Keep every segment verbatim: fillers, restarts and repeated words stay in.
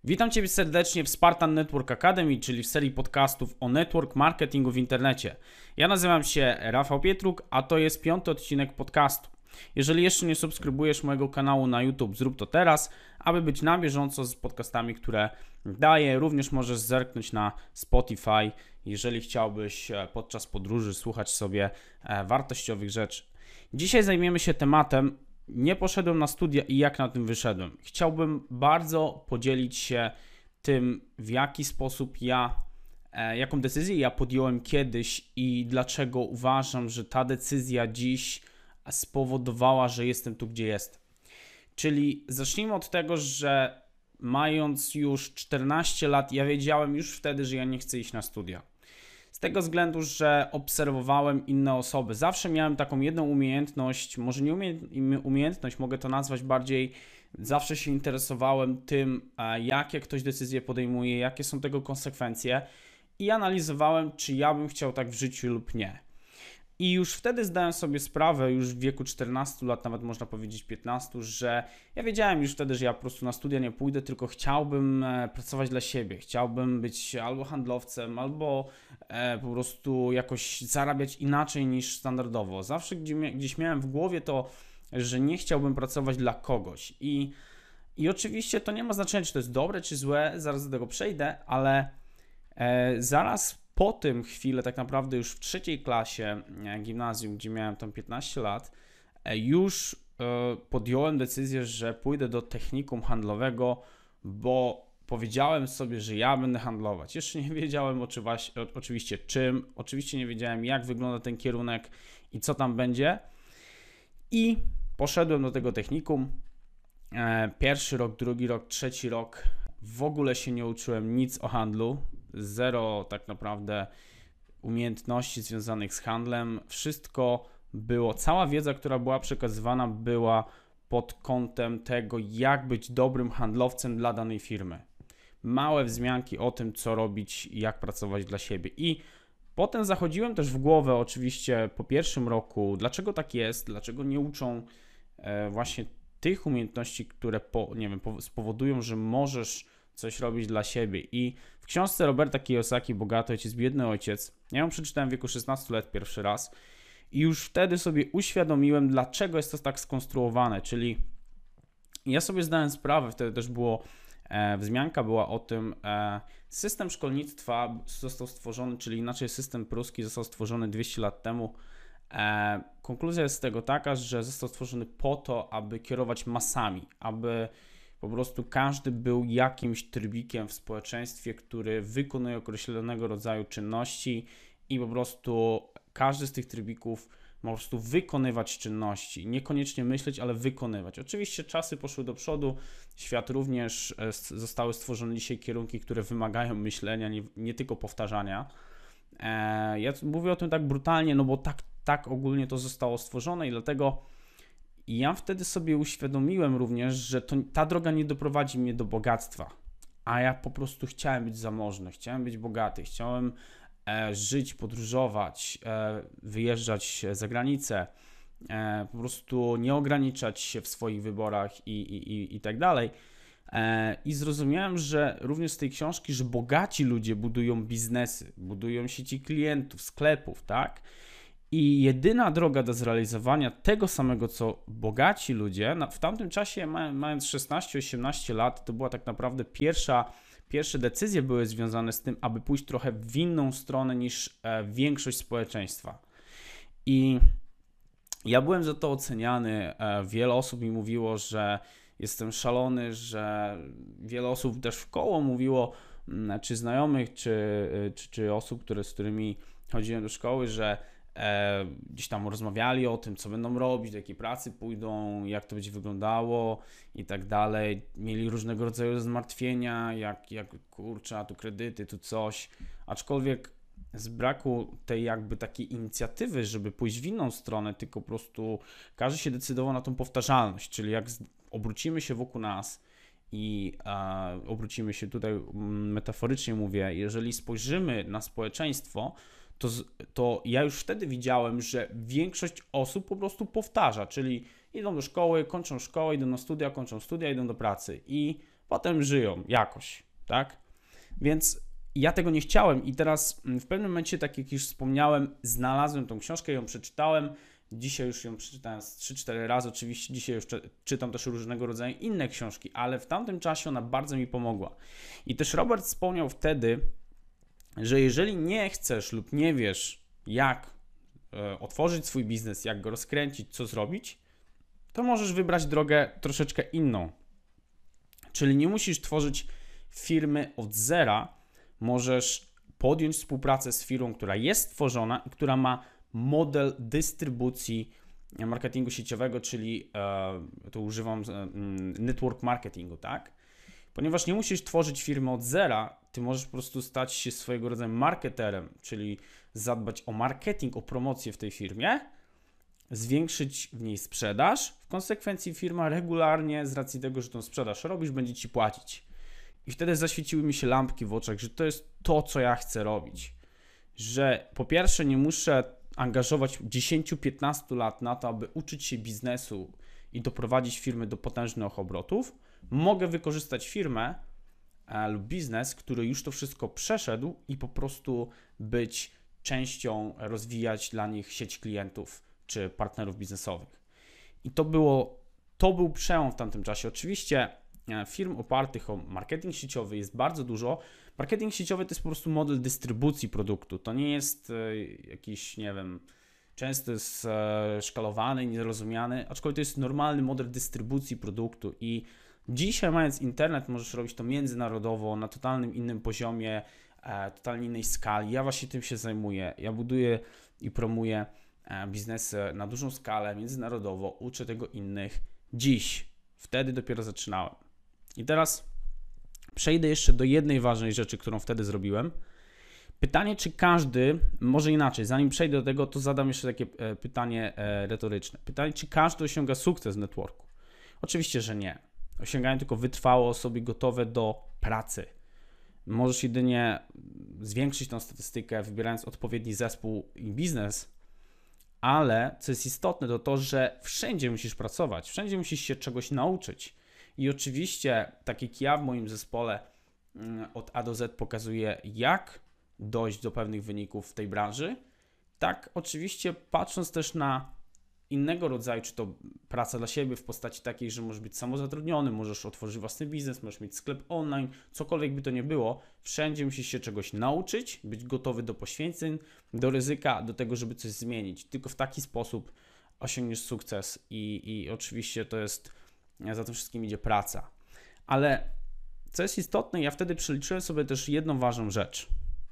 Witam Ciebie serdecznie w Spartan Network Academy, czyli w serii podcastów o network marketingu w internecie. Ja nazywam się Rafał Pietruk, a to jest piąty odcinek podcastu. Jeżeli jeszcze nie subskrybujesz mojego kanału na YouTube, zrób to teraz, aby być na bieżąco z podcastami, które daję. Również możesz zerknąć na Spotify, jeżeli chciałbyś podczas podróży słuchać sobie wartościowych rzeczy. Dzisiaj zajmiemy się tematem nie poszedłem na studia i jak na tym wyszedłem. Chciałbym bardzo podzielić się tym, w jaki sposób ja, e, jaką decyzję ja podjąłem kiedyś i dlaczego uważam, że ta decyzja dziś spowodowała, że jestem tu, gdzie jestem. Czyli zacznijmy od tego, że mając już czternaście lat, ja wiedziałem już wtedy, że ja nie chcę iść na studia. Z tego względu, że obserwowałem inne osoby. Zawsze miałem taką jedną umiejętność, może nie umie, umiejętność, mogę to nazwać bardziej, zawsze się interesowałem tym, jakie ktoś decyzje podejmuje, jakie są tego konsekwencje i analizowałem, czy ja bym chciał tak w życiu lub nie. I już wtedy zdałem sobie sprawę, już w wieku czternastu lat, nawet można powiedzieć piętnastu, że ja wiedziałem już wtedy, że ja po prostu na studia nie pójdę, tylko chciałbym pracować dla siebie. Chciałbym być albo handlowcem, albo po prostu jakoś zarabiać inaczej niż standardowo. Zawsze gdzieś miałem w głowie to, że nie chciałbym pracować dla kogoś. I, i oczywiście to nie ma znaczenia, czy to jest dobre, czy złe, zaraz do tego przejdę, ale e, zaraz po tym chwilę, tak naprawdę już w trzeciej klasie gimnazjum, gdzie miałem tam piętnaście lat, już podjąłem decyzję, że pójdę do technikum handlowego, bo powiedziałem sobie, że ja będę handlować. Jeszcze nie wiedziałem oczywiście czym, oczywiście nie wiedziałem, jak wygląda ten kierunek i co tam będzie. I poszedłem do tego technikum. Pierwszy rok, drugi rok, trzeci rok w ogóle się nie uczyłem nic o handlu. Zero tak naprawdę umiejętności związanych z handlem. Wszystko było, cała wiedza, która była przekazywana, była pod kątem tego, jak być dobrym handlowcem dla danej firmy. Małe wzmianki o tym, co robić i jak pracować dla siebie. I potem zachodziłem też w głowę oczywiście po pierwszym roku, dlaczego tak jest, dlaczego nie uczą e, właśnie tych umiejętności, które po, nie wiem, spowodują, że możesz coś robić dla siebie. I w książce Roberta Kiyosaki Bogaty ojciec, biedny ojciec, ja ją przeczytałem w wieku szesnastu lat pierwszy raz i już wtedy sobie uświadomiłem, dlaczego jest to tak skonstruowane, czyli ja sobie zdałem sprawę, wtedy też było, e, wzmianka była o tym, e, system szkolnictwa został stworzony, czyli inaczej system pruski został stworzony dwieście lat temu. E, konkluzja jest z tego taka, że został stworzony po to, aby kierować masami, aby po prostu każdy był jakimś trybikiem w społeczeństwie, który wykonuje określonego rodzaju czynności i po prostu każdy z tych trybików ma po prostu wykonywać czynności. Niekoniecznie myśleć, ale wykonywać. Oczywiście czasy poszły do przodu, świat również, zostały stworzone dzisiaj kierunki, które wymagają myślenia, nie, nie tylko powtarzania. Ja mówię o tym tak brutalnie, no bo tak, tak ogólnie to zostało stworzone i dlatego I ja wtedy sobie uświadomiłem również, że to, ta droga nie doprowadzi mnie do bogactwa, a ja po prostu chciałem być zamożny, chciałem być bogaty, chciałem e, żyć, podróżować, e, wyjeżdżać za granicę, e, po prostu nie ograniczać się w swoich wyborach i, i, i, i tak dalej. E, I zrozumiałem, że również z tej książki, że bogaci ludzie budują biznesy, budują sieci klientów, sklepów, tak? I jedyna droga do zrealizowania tego samego, co bogaci ludzie, w tamtym czasie, mając szesnaście osiemnaście lat, to była tak naprawdę pierwsza, pierwsze decyzje były związane z tym, aby pójść trochę w inną stronę niż większość społeczeństwa. I ja byłem za to oceniany. Wiele osób mi mówiło, że jestem szalony, że wiele osób też w koło mówiło, czy znajomych, czy, czy, czy osób, które, z którymi chodziłem do szkoły, że E, gdzieś tam rozmawiali o tym, co będą robić, do jakiej pracy pójdą, jak to będzie wyglądało i tak dalej. Mieli różnego rodzaju zmartwienia, jak, jak kurczę, a tu kredyty, tu coś. Aczkolwiek z braku tej jakby takiej inicjatywy, żeby pójść w inną stronę, tylko po prostu każdy się decydował na tą powtarzalność, czyli jak obrócimy się wokół nas i e, obrócimy się tutaj, metaforycznie mówię, jeżeli spojrzymy na społeczeństwo, To, to ja już wtedy widziałem, że większość osób po prostu powtarza, czyli idą do szkoły, kończą szkołę, idą na studia, kończą studia, idą do pracy i potem żyją jakoś, tak? Więc ja tego nie chciałem i teraz w pewnym momencie, tak jak już wspomniałem, znalazłem tą książkę, ją przeczytałem. Dzisiaj już ją przeczytałem z trzy cztery razy, oczywiście dzisiaj już czytam też różnego rodzaju inne książki, ale w tamtym czasie ona bardzo mi pomogła. I też Robert wspomniał wtedy, że jeżeli nie chcesz lub nie wiesz, jak e, otworzyć swój biznes, jak go rozkręcić, co zrobić, to możesz wybrać drogę troszeczkę inną. Czyli nie musisz tworzyć firmy od zera, możesz podjąć współpracę z firmą, która jest tworzona i która ma model dystrybucji marketingu sieciowego, czyli e, tu używam e, network marketingu, tak? Ponieważ nie musisz tworzyć firmy od zera, ty możesz po prostu stać się swojego rodzaju marketerem, czyli zadbać o marketing, o promocję w tej firmie, zwiększyć w niej sprzedaż, w konsekwencji firma regularnie, z racji tego, że tą sprzedaż robisz, będzie ci płacić. I wtedy zaświeciły mi się lampki w oczach, że to jest to, co ja chcę robić. Że po pierwsze nie muszę angażować dziesięć do piętnastu lat na to, aby uczyć się biznesu i doprowadzić firmy do potężnych obrotów. Mogę wykorzystać firmę e, lub biznes, który już to wszystko przeszedł i po prostu być częścią, rozwijać dla nich sieć klientów czy partnerów biznesowych. I to było, to był przełom w tamtym czasie. Oczywiście firm opartych o marketing sieciowy jest bardzo dużo. Marketing sieciowy to jest po prostu model dystrybucji produktu. To nie jest jakiś, nie wiem, często jest szkalowany, nierozumiany, aczkolwiek to jest normalny model dystrybucji produktu i dzisiaj, mając internet, możesz robić to międzynarodowo, na totalnym innym poziomie, totalnie innej skali. Ja właśnie tym się zajmuję. Ja buduję i promuję biznesy na dużą skalę, międzynarodowo, uczę tego innych dziś. Wtedy dopiero zaczynałem. I teraz przejdę jeszcze do jednej ważnej rzeczy, którą wtedy zrobiłem. Pytanie, czy każdy, może inaczej, zanim przejdę do tego, to zadam jeszcze takie pytanie retoryczne. Pytanie, czy każdy osiąga sukces w networku? Oczywiście, że nie. Osiągają tylko wytrwałe osoby gotowe do pracy. Możesz jedynie zwiększyć tę statystykę, wybierając odpowiedni zespół i biznes, ale co jest istotne, to to, że wszędzie musisz pracować, wszędzie musisz się czegoś nauczyć. I oczywiście, tak jak ja w moim zespole od A do Z pokazuję, jak dojść do pewnych wyników w tej branży, tak oczywiście patrząc też na innego rodzaju, czy to praca dla siebie w postaci takiej, że możesz być samozatrudniony, możesz otworzyć własny biznes, możesz mieć sklep online, cokolwiek by to nie było, wszędzie musisz się czegoś nauczyć, być gotowy do poświęceń, do ryzyka, do tego, żeby coś zmienić. Tylko w taki sposób osiągniesz sukces i, i oczywiście to jest, za tym wszystkim idzie praca. Ale co jest istotne, ja wtedy przeliczyłem sobie też jedną ważną rzecz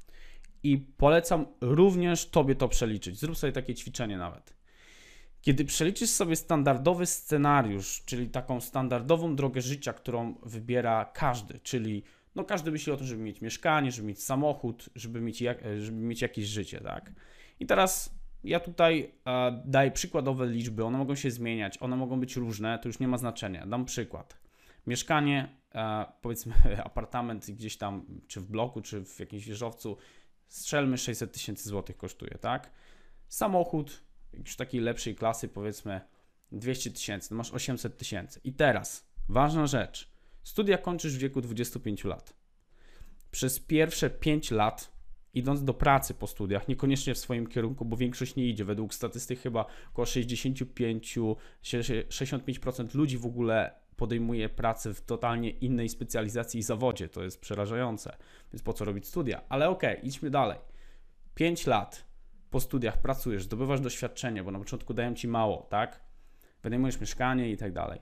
i polecam również Tobie to przeliczyć. Zrób sobie takie ćwiczenie nawet. Kiedy przeliczysz sobie standardowy scenariusz, czyli taką standardową drogę życia, którą wybiera każdy, czyli no każdy myśli o tym, żeby mieć mieszkanie, żeby mieć samochód, żeby mieć, jak, żeby mieć jakieś życie, tak? I teraz ja tutaj e, daję przykładowe liczby, one mogą się zmieniać, one mogą być różne, to już nie ma znaczenia. Dam przykład. Mieszkanie, e, powiedzmy apartament gdzieś tam, czy w bloku, czy w jakimś wieżowcu, strzelmy sześćset tysięcy złotych kosztuje, tak? Samochód już takiej lepszej klasy, powiedzmy dwieście tysięcy, to masz osiemset tysięcy. I teraz, ważna rzecz, studia kończysz w wieku dwudziestu pięciu lat. Przez pierwsze pięć lat, idąc do pracy po studiach, niekoniecznie w swoim kierunku, bo większość nie idzie, według statystyk chyba około sześćdziesiąt pięć do sześćdziesięciu pięciu procent ludzi w ogóle podejmuje pracę w totalnie innej specjalizacji i zawodzie, to jest przerażające, więc po co robić studia? Ale okej, okay, idźmy dalej. pięć lat po studiach pracujesz, zdobywasz doświadczenie, bo na początku dają ci mało, tak? Wynajmujesz mieszkanie i tak dalej.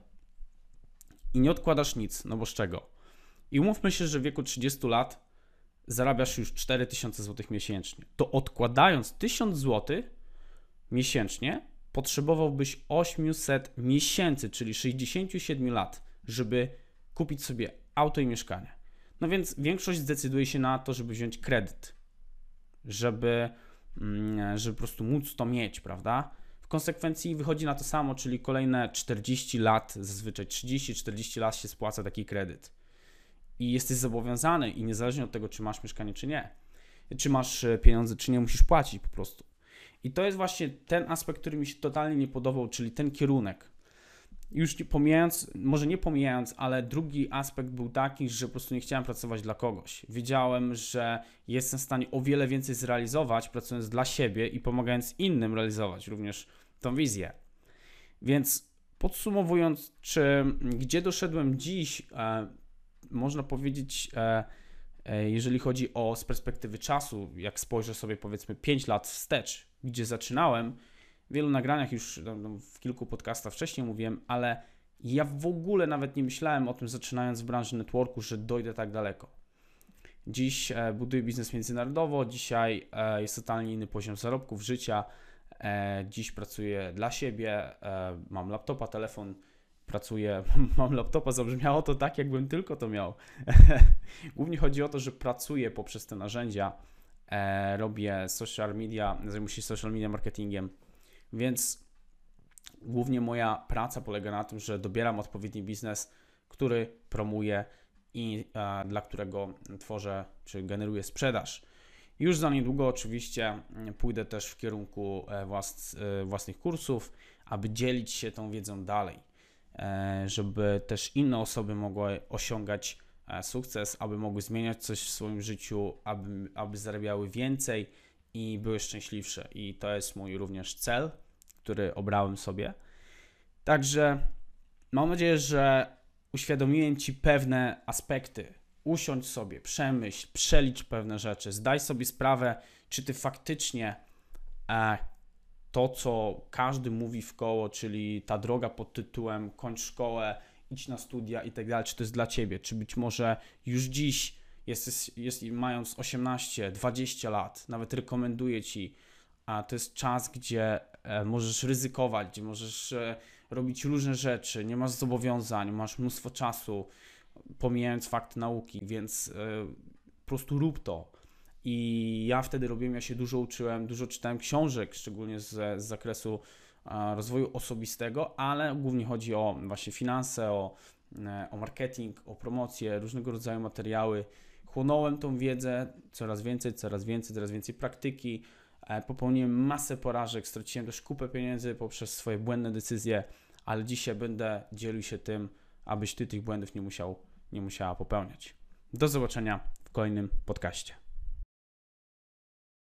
I nie odkładasz nic, no bo z czego? I umówmy się, że w wieku trzydziestu lat zarabiasz już cztery tysiące złotych miesięcznie. To odkładając tysiąc złotych miesięcznie, potrzebowałbyś osiemset miesięcy, czyli sześćdziesiąt siedem lat, żeby kupić sobie auto i mieszkanie. No więc większość zdecyduje się na to, żeby wziąć kredyt, żeby żeby po prostu móc to mieć, prawda? W konsekwencji wychodzi na to samo, czyli kolejne czterdzieści lat, zazwyczaj trzydzieści czterdzieści lat się spłaca taki kredyt. I jesteś zobowiązany i niezależnie od tego, czy masz mieszkanie, czy nie, czy masz pieniądze, czy nie, musisz płacić po prostu. I to jest właśnie ten aspekt, który mi się totalnie nie podobał, czyli ten kierunek. już nie pomijając, może nie pomijając, ale drugi aspekt był taki, że po prostu nie chciałem pracować dla kogoś. Wiedziałem, że jestem w stanie o wiele więcej zrealizować, pracując dla siebie i pomagając innym realizować również tą wizję. Więc podsumowując, czy gdzie doszedłem dziś, e, można powiedzieć, e, e, jeżeli chodzi o z perspektywy czasu, jak spojrzę sobie powiedzmy pięć lat wstecz, gdzie zaczynałem, w wielu nagraniach już no, w kilku podcastach wcześniej mówiłem, ale ja w ogóle nawet nie myślałem o tym, zaczynając w branży networku, że dojdę tak daleko. Dziś e, buduję biznes międzynarodowo, dzisiaj e, jest totalnie inny poziom zarobków, życia. E, dziś pracuję dla siebie, e, mam laptopa, telefon, pracuję, mam laptopa, zabrzmiało to tak, jakbym tylko to miał. Głównie chodzi o to, że pracuję poprzez te narzędzia, e, robię social media, zajmuję się social media marketingiem, więc głównie moja praca polega na tym, że dobieram odpowiedni biznes, który promuję i e, dla którego tworzę czy generuję sprzedaż. Już za niedługo oczywiście pójdę też w kierunku włas, własnych kursów, aby dzielić się tą wiedzą dalej, żeby też inne osoby mogły osiągać sukces, aby mogły zmieniać coś w swoim życiu, aby, aby zarabiały więcej i były szczęśliwsze. I to jest mój również cel, który obrałem sobie. Także mam nadzieję, że uświadomiłem Ci pewne aspekty. Usiądź sobie, przemyśl, przelicz pewne rzeczy, zdaj sobie sprawę, czy Ty faktycznie e, to, co każdy mówi w koło, czyli ta droga pod tytułem kończ szkołę, idź na studia i tak dalej, czy to jest dla Ciebie, czy być może już dziś, jesteś, jest, mając osiemnaście, dwadzieścia lat, nawet rekomenduję Ci, a to jest czas, gdzie e, możesz ryzykować, gdzie możesz e, robić różne rzeczy, nie masz zobowiązań, masz mnóstwo czasu, pomijając fakt nauki, więc y, po prostu rób to. I ja wtedy robiłem, ja się dużo uczyłem, dużo czytałem książek, szczególnie z, z zakresu y, rozwoju osobistego, ale głównie chodzi o właśnie finanse, o, y, o marketing, o promocję, różnego rodzaju materiały. Chłonąłem tą wiedzę, coraz więcej, coraz więcej, coraz więcej praktyki. Y, popełniłem masę porażek, straciłem też kupę pieniędzy poprzez swoje błędne decyzje, ale dzisiaj będę dzielił się tym, abyś Ty tych błędów nie musiał, nie musiała popełniać. Do zobaczenia w kolejnym podcaście.